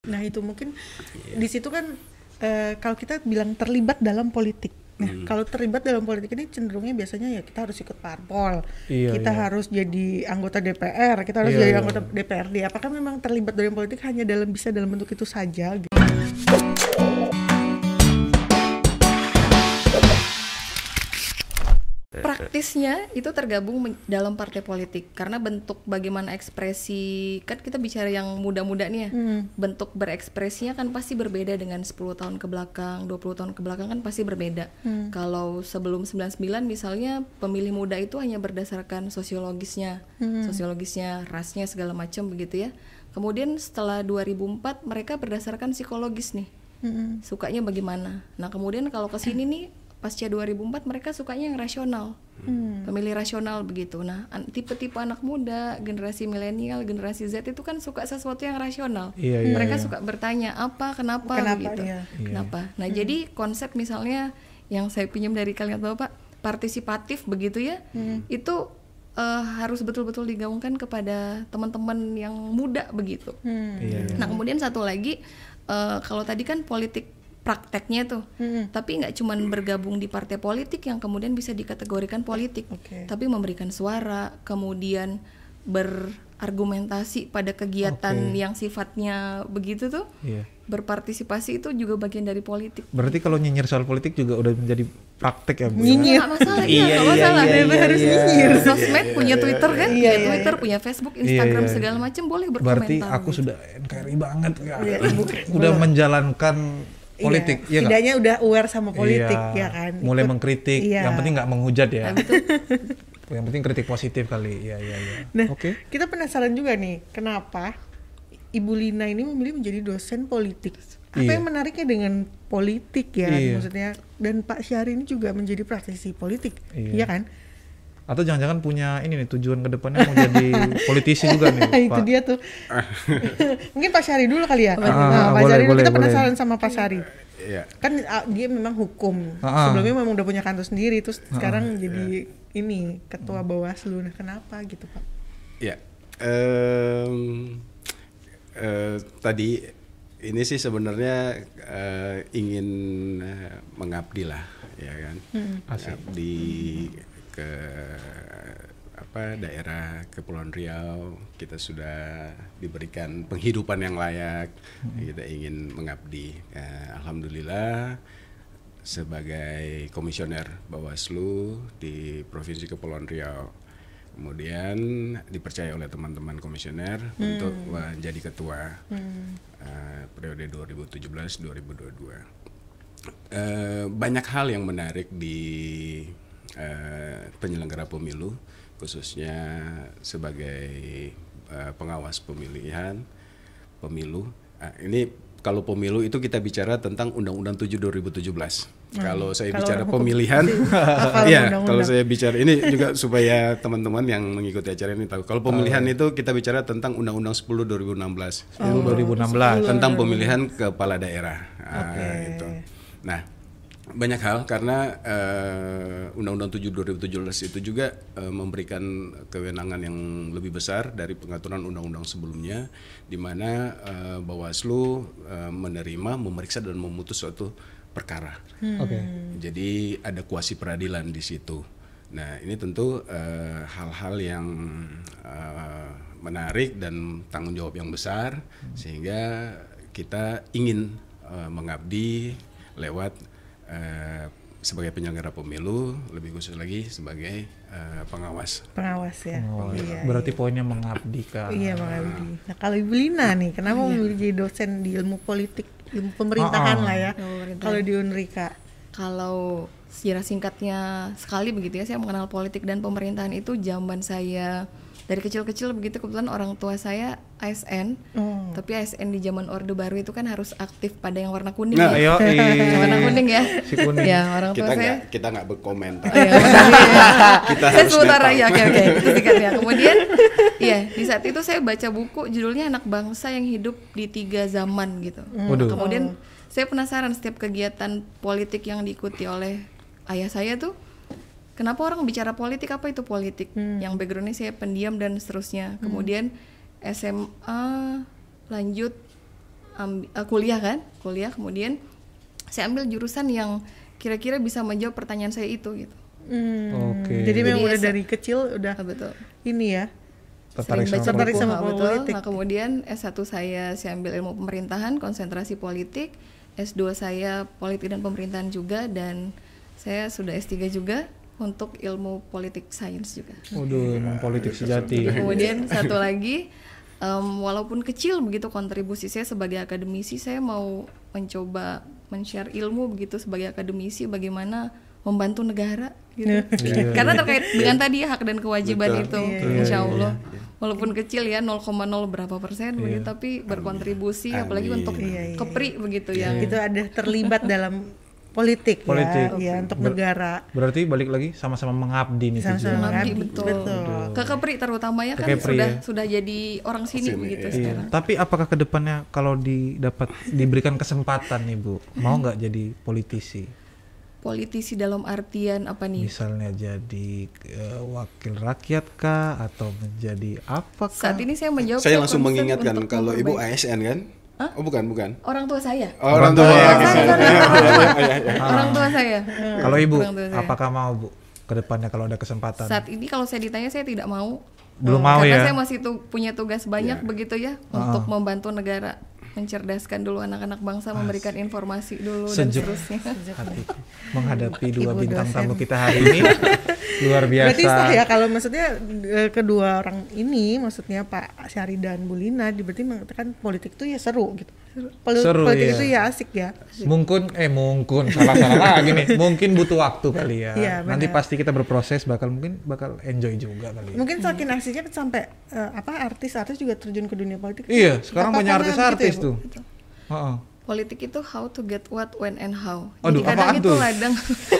Nah itu mungkin di situ kan kalau kita bilang terlibat dalam politik. Nah kalau terlibat dalam politik ini cenderungnya biasanya ya kita harus ikut parpol, kita harus jadi anggota DPR, kita harus jadi anggota DPRD. Apakah memang terlibat dalam politik hanya bisa dalam bentuk itu saja? Gitu? Praktisnya itu tergabung dalam partai politik karena bentuk bagaimana ekspresi, kan kita bicara yang muda-muda nih ya, bentuk berekspresinya kan pasti berbeda dengan 10 tahun ke belakang, 20 tahun ke belakang kan pasti berbeda. Kalau sebelum 99 misalnya pemilih muda itu hanya berdasarkan sosiologisnya, rasnya segala macam begitu ya. Kemudian setelah 2004 mereka berdasarkan psikologis nih, sukanya bagaimana. Nah kemudian kalau kesini nih pasca 2004 mereka sukanya yang rasional, pemilih rasional begitu. Nah tipe-tipe anak muda, generasi milenial, generasi Z itu kan suka sesuatu yang rasional. Mereka suka bertanya kenapa gitu. Kenapa? Nah jadi konsep misalnya yang saya pinjam dari kalimat Bapak, partisipatif begitu ya, itu harus betul-betul digaungkan kepada teman-teman yang muda begitu. Nah kemudian satu lagi, kalau tadi kan politik prakteknya tuh, tapi nggak cuma bergabung di partai politik yang kemudian bisa dikategorikan politik, tapi memberikan suara, kemudian berargumentasi pada kegiatan yang sifatnya begitu tuh, berpartisipasi itu juga bagian dari politik. Berarti kalau nyinyir soal politik juga udah menjadi praktek ya Bu? Nyinyir nggak masalah, nggak masalah. Harus nyinyir. Sosmed punya Twitter kan, punya Twitter, punya Facebook, Instagram segala macam boleh berkomentar. Berarti aku sudah NKRI banget kan? Udah menjalankan politik, ya setidaknya udah aware sama politik ya kan. Mulai mengkritik, yang penting nggak menghujat ya. Yang penting kritik positif kali. Nah, kita penasaran juga nih, kenapa Ibu Lina ini memilih menjadi dosen politik? Apa yang menariknya dengan politik ya? Maksudnya, dan Pak Syahri ini juga menjadi praktisi politik, iya kan? Atau jangan-jangan punya ini nih tujuan ke depannya mau jadi politisi juga nih, Pak. Itu dia tuh. Mungkin Pak Syahri dulu kali ya. Pak Syahri dulu, kita penasaran sama Pak Syahri. Kan dia memang hukum. Sebelumnya memang udah punya kantor sendiri, terus sekarang jadi ini ketua Bawaslu. Nah, kenapa gitu, Pak? Ya. Tadi ini sih sebenarnya ingin mengabdi lah, ya kan. Mengabdi ke daerah Kepulauan Riau, kita sudah diberikan penghidupan yang layak, kita ingin mengabdi. Alhamdulillah sebagai komisioner Bawaslu di Provinsi Kepulauan Riau, kemudian dipercaya oleh teman-teman komisioner untuk menjadi ketua periode 2017-2022. Banyak hal yang menarik di penyelenggara pemilu, khususnya sebagai pengawas pemilu. Ini kalau pemilu itu kita bicara tentang Undang-Undang 7 2017. Kalau saya bicara pemilihan, kalau saya bicara ini juga supaya teman-teman yang mengikuti acara ini tahu. Kalau pemilihan itu kita bicara tentang Undang-Undang 10 2016. 2016 tentang pemilihan kepala daerah. Itu. Nah, banyak hal karena Undang-Undang 7 2017 itu juga memberikan kewenangan yang lebih besar dari pengaturan undang-undang sebelumnya, di mana Bawaslu menerima, memeriksa dan memutus suatu perkara. Jadi ada kuasi peradilan di situ. Nah, ini tentu hal-hal yang menarik dan tanggung jawab yang besar, sehingga kita ingin mengabdi lewat sebagai penyelenggara pemilu, lebih khusus lagi sebagai pengawas ya. Berarti poinnya mengabdi kan. Mengabdi. Nah kalau Ibu Lina nih, kenapa memilih jadi dosen di ilmu politik, ilmu pemerintahan lah ya, kalau di Unrika? Kalau sejarah singkatnya sekali begitu ya, saya mengenal politik dan pemerintahan itu zaman saya dari kecil-kecil begitu. Kebetulan orang tua saya ASN, tapi ASN di zaman Orde Baru itu kan harus aktif pada yang warna kuning. Nah, ya. Warna kuning ya. Si kuning. Ya, orang tua kita nggak berkomentar. Saya sebentar aja, oke, itu singkatnya. Kemudian, di saat itu saya baca buku judulnya Anak Bangsa yang Hidup di Tiga Zaman gitu. Kemudian saya penasaran setiap kegiatan politik yang diikuti oleh ayah saya tuh. Kenapa orang bicara politik, apa itu politik? Yang backgroundnya saya pendiam dan seterusnya. Kemudian SMA lanjut kuliah kemudian saya ambil jurusan yang kira-kira bisa menjawab pertanyaan saya itu gitu. Jadi memang udah dari kecil udah betul. Ini ya. Tertarik sama politik. Nah, kemudian S1 saya ambil ilmu pemerintahan, konsentrasi politik. S2 saya politik dan pemerintahan juga, dan saya sudah S3 juga untuk ilmu politik science juga. Emang politik sejati. Kemudian satu lagi, walaupun kecil begitu kontribusi saya sebagai akademisi, saya mau mencoba men-share ilmu begitu sebagai akademisi bagaimana membantu negara gitu. Karena terkait dengan tadi hak dan kewajiban itu, insya Allah. Walaupun kecil ya 0,0 berapa persen begitu, tapi berkontribusi apalagi untuk KEPRI begitu yang itu ada terlibat dalam politik. Ya untuk negara. Berarti balik lagi sama-sama mengabdi nih. Sama-sama mengabdi, betul. Ke KEPRI terutama ya kan sudah jadi orang sini begitu sekarang. Tapi apakah kedepannya kalau diberikan kesempatan nih Bu, mau nggak jadi politisi? Politisi dalam artian apa nih? Misalnya jadi wakil rakyat kah atau menjadi apa kah? Saat ini saya menjawab. Saya langsung mengingatkan kalau Ibu ASN kan? Oh bukan. Orang tua saya. Orang tua. Orang tua saya. Kalau Ibu, apakah mau Bu kedepannya kalau ada kesempatan? Saat ini kalau saya ditanya saya tidak mau. Belum mau karena ya? saya masih punya tugas banyak begitu ya untuk membantu negara. Mencerdaskan dulu anak-anak bangsa, memberikan informasi dulu dan seterusnya. Menghadapi dua bintang tamu kita hari ini luar biasa. Berarti sah ya kalau maksudnya kedua orang ini, maksudnya Pak Syahri dan Bu Lina, berarti mengatakan politik itu ya seru gitu. Politik itu ya asik ya. Mungkin salah lagi nih. Mungkin butuh waktu kali ya. Nanti pasti kita berproses bakal enjoy juga kali. Mungkin saking asiknya sampai artis-artis juga terjun ke dunia politik. Iya, sekarang banyak artis-artis tuh. Politik itu how to get what, when, and how. Aduh, jadi kadang itu ladang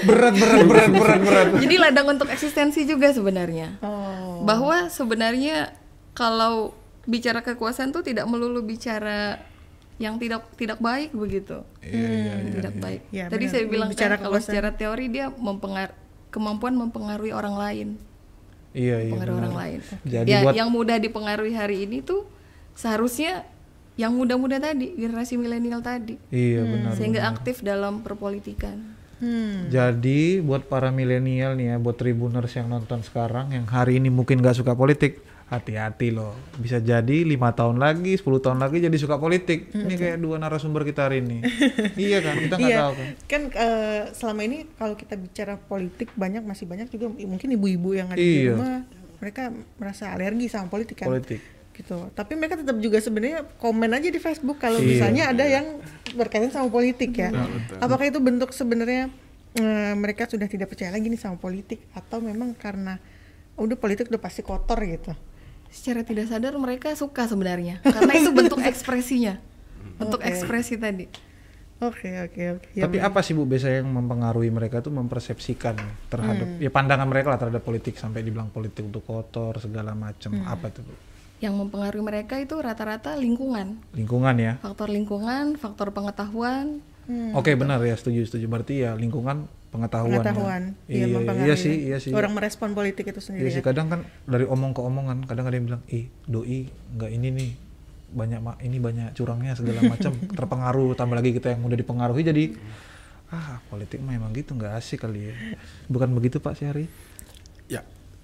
berat. Jadi ladang untuk eksistensi juga sebenarnya. Bahwa sebenarnya kalau bicara kekuasaan tuh tidak melulu bicara yang tidak baik begitu. Tidak baik. Ya, tadi saya bilang kalau secara teori dia kemampuan mempengaruhi orang lain. Orang lain. Jadi yang mudah dipengaruhi hari ini tuh seharusnya yang muda-muda tadi, generasi milenial tadi. Iya benar. Sehingga aktif dalam perpolitikan. Jadi buat para milenial nih ya, buat tribuners yang nonton sekarang, yang hari ini mungkin gak suka politik, hati-hati loh. Bisa jadi 5 tahun lagi, 10 tahun lagi jadi suka politik. Ini kayak dua narasumber kita hari ini. Iya kan, kita nggak tahu kan. Kan selama ini kalau kita bicara politik masih banyak juga mungkin ibu-ibu yang ada di rumah, mereka merasa alergi sama politik kan. Gitu. Tapi mereka tetap juga sebenarnya komen aja di Facebook kalau misalnya ada yang berkaitan sama politik ya. Apakah itu bentuk sebenarnya mereka sudah tidak percaya lagi nih sama politik, atau memang karena udah politik udah pasti kotor gitu? Secara tidak sadar mereka suka sebenarnya karena itu bentuk ekspresinya, bentuk ekspresi tadi. Oke. Tapi apa sih Bu biasanya yang mempengaruhi mereka tuh mempersepsikan terhadap ya pandangan mereka lah terhadap politik, sampai dibilang politik untuk kotor segala macam? Apa tuh Bu? Yang mempengaruhi mereka itu rata-rata lingkungan ya, faktor lingkungan, faktor pengetahuan. Oke, benar ya, setuju. Berarti ya lingkungan, pengetahuan. Iya sih. Orang merespon politik itu sendiri. Iya sih, kadang kan dari omong ke omongan, kadang ada yang bilang, doi nggak ini nih, banyak curangnya segala macam. Terpengaruh, tambah lagi kita yang udah dipengaruhi, jadi politik mah emang gitu, nggak asik kali ya. Bukan begitu Pak Syahri? Ya,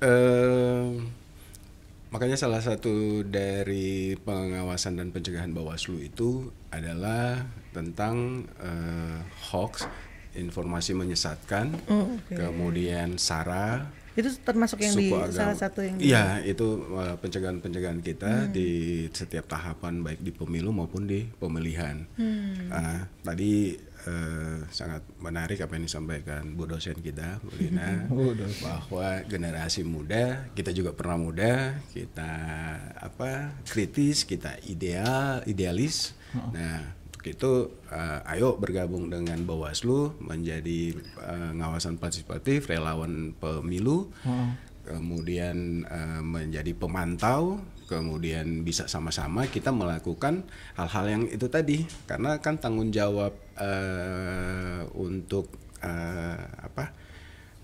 makanya salah satu dari pengawasan dan pencegahan Bawaslu itu adalah tentang hoax, informasi menyesatkan, kemudian SARA. Itu termasuk yang di salah satu yang. Iya, itu pencegahan kita di setiap tahapan, baik di pemilu maupun di pemilihan. Tadi sangat menarik apa yang disampaikan Bu dosen kita, Bu Lina, bahwa generasi muda, kita juga pernah muda, kita kritis, kita idealis. Nah, untuk itu ayo bergabung dengan Bawaslu menjadi ngawasan partisipatif, relawan pemilu, kemudian menjadi pemantau, kemudian bisa sama-sama kita melakukan hal-hal yang itu tadi, karena kan tanggung jawab untuk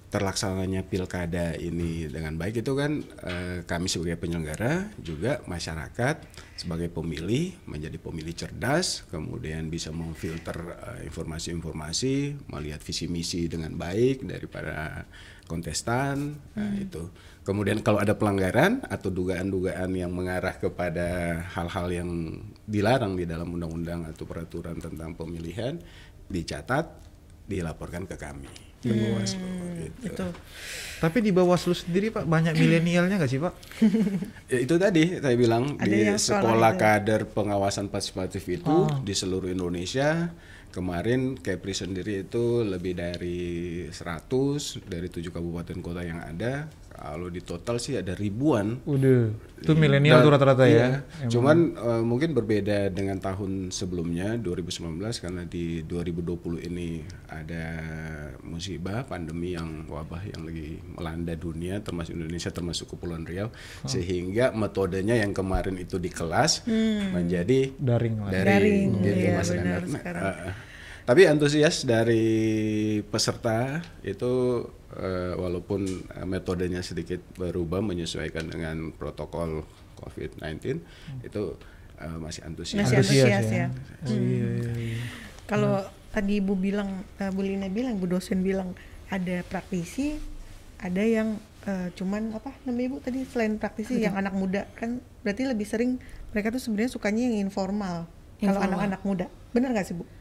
terlaksananya pilkada ini dengan baik itu kan kami sebagai penyelenggara juga masyarakat sebagai pemilih menjadi pemilih cerdas, kemudian bisa memfilter informasi-informasi, melihat visi misi dengan baik daripada kontestan. Itu kemudian kalau ada pelanggaran atau dugaan-dugaan yang mengarah kepada hal-hal yang dilarang di dalam undang-undang atau peraturan tentang pemilihan dicatat, dilaporkan ke kami. Gitu. Tapi di Bawaslu sendiri Pak banyak milenialnya nggak sih Pak? Ya, itu tadi saya bilang Ada di yang sekolah itu. kader pengawasan partisipatif itu di seluruh Indonesia kemarin Kepri sendiri itu lebih dari 100 dari 7 kabupaten kota yang ada. Kalau di total sih ada ribuan. Udah, itu milenial tuh rata-rata Iya. ya. Cuman mungkin berbeda dengan tahun sebelumnya 2019 karena di 2020 ini ada musibah pandemi yang wabah yang lagi melanda dunia termasuk Indonesia termasuk Kepulauan Riau sehingga metodenya yang kemarin itu di kelas menjadi Daring lah. Daring, gitu, iya, Mas benar Renat. sekarang. Tapi antusias dari peserta itu walaupun metodenya sedikit berubah menyesuaikan dengan protokol COVID-19 itu masih antusias. Masih antusias ya. Oh, iya. Kalau tadi Ibu bilang, Bu Lina bilang, Bu dosen bilang ada praktisi, ada yang cuman apa namanya Ibu tadi selain praktisi yang anak muda kan berarti lebih sering mereka tuh sebenarnya sukanya yang informal. Kalau anak-anak muda, benar nggak sih Bu?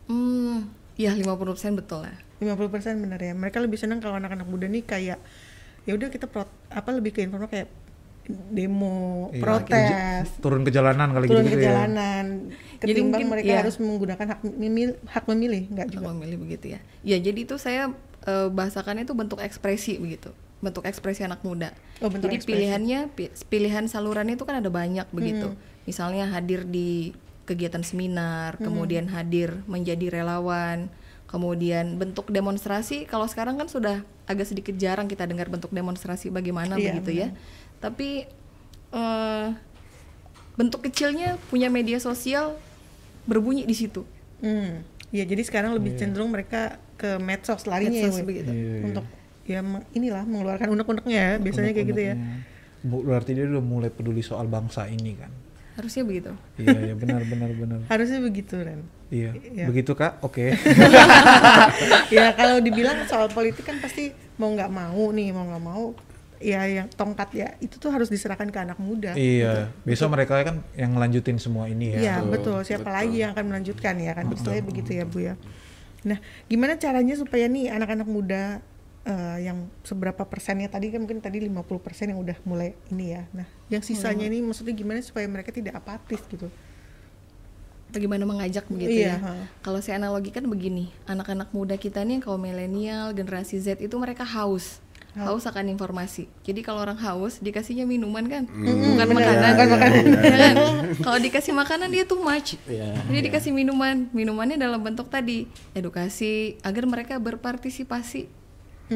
Ya 50% betul lah. 50% benar ya. Mereka lebih senang kalau anak-anak muda nih kayak ya udah kita lebih ke informal kayak demo, Iya, protes, turun ke jalanan kali turun gitu ke ya. jalanan. Ketimbang mungkin, mereka iya. harus menggunakan hak memilih, enggak juga. Memilih begitu ya. Ya jadi itu saya bahasakannya itu bentuk ekspresi begitu. Bentuk ekspresi anak muda. Oh, bentuk Jadi ekspresi. pilihan salurannya itu kan ada banyak begitu. Misalnya hadir di kegiatan seminar, kemudian hadir menjadi relawan, kemudian bentuk demonstrasi. Kalau sekarang kan sudah agak sedikit jarang kita dengar bentuk demonstrasi bagaimana begitu ya. Tapi bentuk kecilnya punya media sosial berbunyi di situ. Ya jadi sekarang lebih cenderung mereka ke medsos larinya Medsos ya, begitu. untuk ya inilah mengeluarkan unek-uneknya ya, biasanya kayak gitu ya. Berarti dia udah mulai peduli soal bangsa ini kan. Harusnya begitu. Iya, benar. Harusnya begitu Ren. Iya. Iya. Begitu Kak? Oke. Ya kalau dibilang soal politik kan pasti mau nggak mau ya yang tongkat ya itu tuh harus diserahkan ke anak muda. Iya. Besok mereka kan yang ngelanjutin semua ini ya. Iya betul. Siapa lagi yang akan melanjutkan ya kan? Istilahnya begitu ya Bu ya. Nah gimana caranya supaya nih anak-anak muda yang seberapa persennya tadi kan mungkin tadi 50% yang udah mulai ini ya. Nah, yang sisanya ini maksudnya gimana supaya mereka tidak apatis gitu. Bagaimana mengajak begitu Iya, ya. Kalau saya analogikan begini, anak-anak muda kita nih kaum milenial, generasi Z itu mereka haus akan informasi. Jadi kalau orang haus dikasihnya minuman kan, bukan makanan. Ya kan? Kalau dikasih makanan dia too much. Jadi dikasih minumannya dalam bentuk tadi edukasi agar mereka berpartisipasi.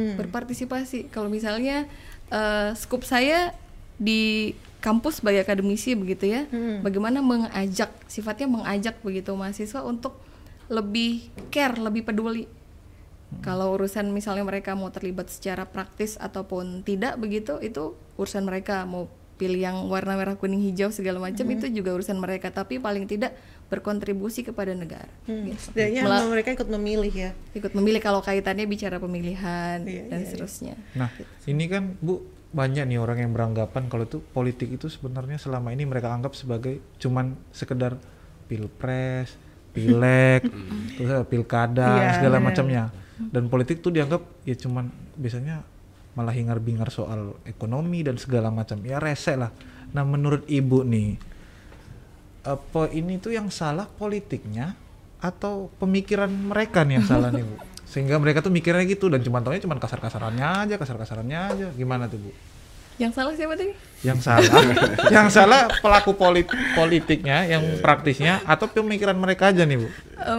Kalau misalnya skup saya di kampus sebagai akademisi begitu ya, bagaimana sifatnya mengajak begitu mahasiswa untuk lebih care, lebih peduli. Kalau urusan misalnya mereka mau terlibat secara praktis ataupun tidak begitu, itu urusan mereka. Mau pilih yang warna merah kuning hijau segala macam itu juga urusan mereka, tapi paling tidak berkontribusi kepada negara. Setidaknya mereka ikut memilih ya. Ikut memilih kalau kaitannya bicara pemilihan dan seterusnya. Nah, ini kan Bu banyak nih orang yang beranggapan kalau itu politik itu sebenarnya selama ini mereka anggap sebagai cuman sekedar pilpres, pileg, terus pilkada segala macamnya. Dan politik tuh dianggap ya cuman biasanya malah hingar-bingar soal ekonomi dan segala macam. Ya rese lah. Nah, menurut Ibu nih apa ini tuh yang salah politiknya atau pemikiran mereka nih yang salah nih Bu? Sehingga mereka tuh mikirnya gitu dan cuma taunya cuma kasar-kasarannya aja. Gimana tuh Bu? Yang salah siapa tadi? Yang salah pelaku politiknya, yang praktisnya atau pemikiran mereka aja nih Bu?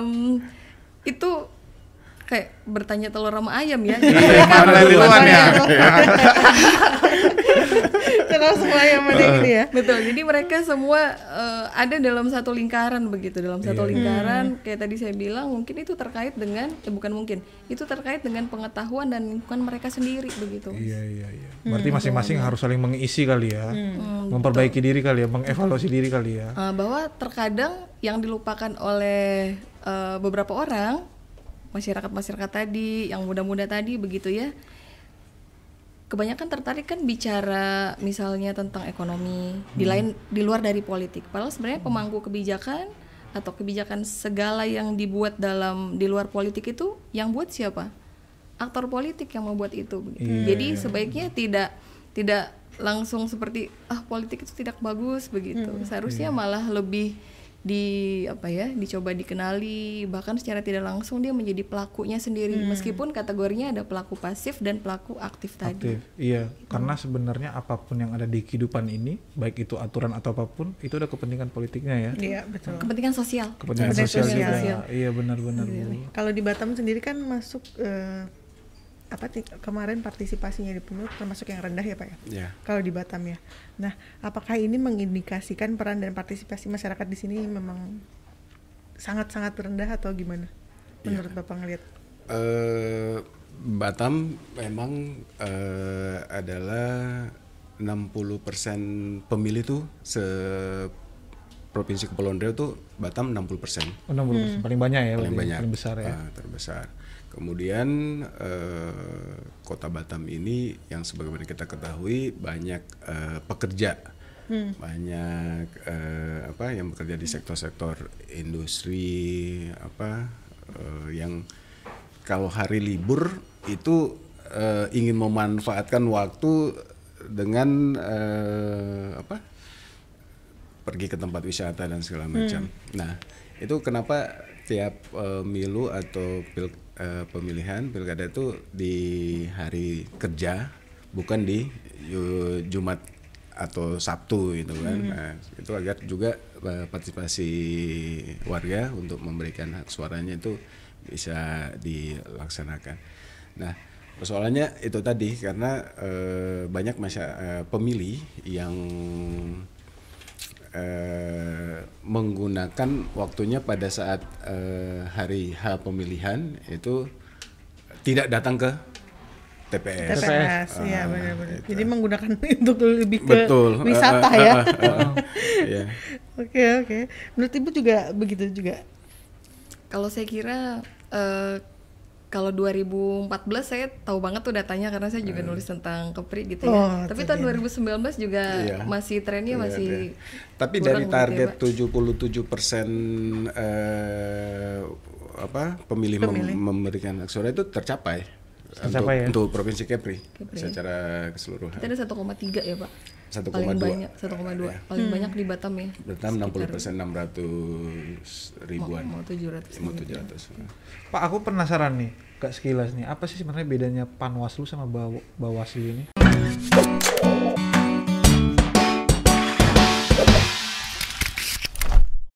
Itu kayak bertanya telur sama ayam ya. Mana duluan ya? Kenal semua yang ini ya. Betul. Jadi mereka semua ada dalam satu lingkaran begitu, dalam satu lingkaran. Kayak tadi saya bilang, mungkin itu terkait dengan bukan mungkin, itu terkait dengan pengetahuan dan lingkungan mereka sendiri begitu. Iya. Berarti masing-masing harus saling mengisi kali ya, memperbaiki diri kali ya, mengevaluasi diri kali ya. Bahwa terkadang yang dilupakan oleh beberapa orang, masyarakat tadi, yang muda-muda tadi begitu ya. Kebanyakan tertarik kan bicara misalnya tentang ekonomi di luar dari politik. Padahal sebenarnya pemangku kebijakan atau kebijakan segala yang dibuat di luar politik itu yang buat siapa? Aktor politik yang membuat itu. Jadi sebaiknya tidak langsung seperti politik itu tidak bagus begitu. Seharusnya malah lebih dicoba dikenali, bahkan secara tidak langsung dia menjadi pelakunya sendiri, meskipun kategorinya ada pelaku pasif dan pelaku aktif tadi. Iya, karena sebenarnya apapun yang ada di kehidupan ini, baik itu aturan atau apapun, itu ada kepentingan politiknya ya. Iya, betul. Kepentingan sosial. Kepentingan sosial juga. Iya, benar-benar. Kalau di Batam sendiri kan masuk kemarin partisipasinya di pemilu termasuk yang rendah ya Pak ya? Yeah. Kalau di Batam ya. Nah, apakah ini mengindikasikan peran dan partisipasi masyarakat di sini memang sangat-sangat rendah atau gimana? Menurut Bapak ngelihat? Batam memang adalah 60% pemilih tuh Provinsi Kepulauan Riau tuh Batam 60%. 60%, paling banyak ya? Paling besar ya? Terbesar. Kemudian kota Batam ini yang sebagaimana kita ketahui banyak pekerja, banyak yang bekerja di sektor-sektor industri yang kalau hari libur itu ingin memanfaatkan waktu dengan pergi ke tempat wisata dan segala macam. Nah, itu kenapa tiap milu atau pemilihan pilkada itu di hari kerja, bukan di Jumat atau Sabtu gitu kan. Nah, itu agar juga partisipasi warga untuk memberikan hak suaranya itu bisa dilaksanakan. Nah, persoalannya itu tadi karena banyak pemilih yang menggunakan waktunya pada saat hari H pemilihan itu tidak datang ke TPS. Ya benar-benar. Jadi menggunakan untuk lebih ke wisata ya. Oke. Menurut Ibu juga begitu juga? Kalau saya kira kalau 2014 saya tahu banget tuh datanya karena saya juga nulis tentang Kepri gitu ya. Tapi tahun 2019 juga masih trennya masih. Tapi dari target 77% pemilih memberikan hak suara itu tercapai untuk Provinsi Kepri secara keseluruhan. Kita ada 1,3 ya Pak. 1,2 paling banyak di Batam ya. Batam 60% 600 ribuan. Mau 700. Pak, aku penasaran nih, gak sekilas nih, apa sih sebenarnya bedanya Panwaslu sama Bawaslu ini?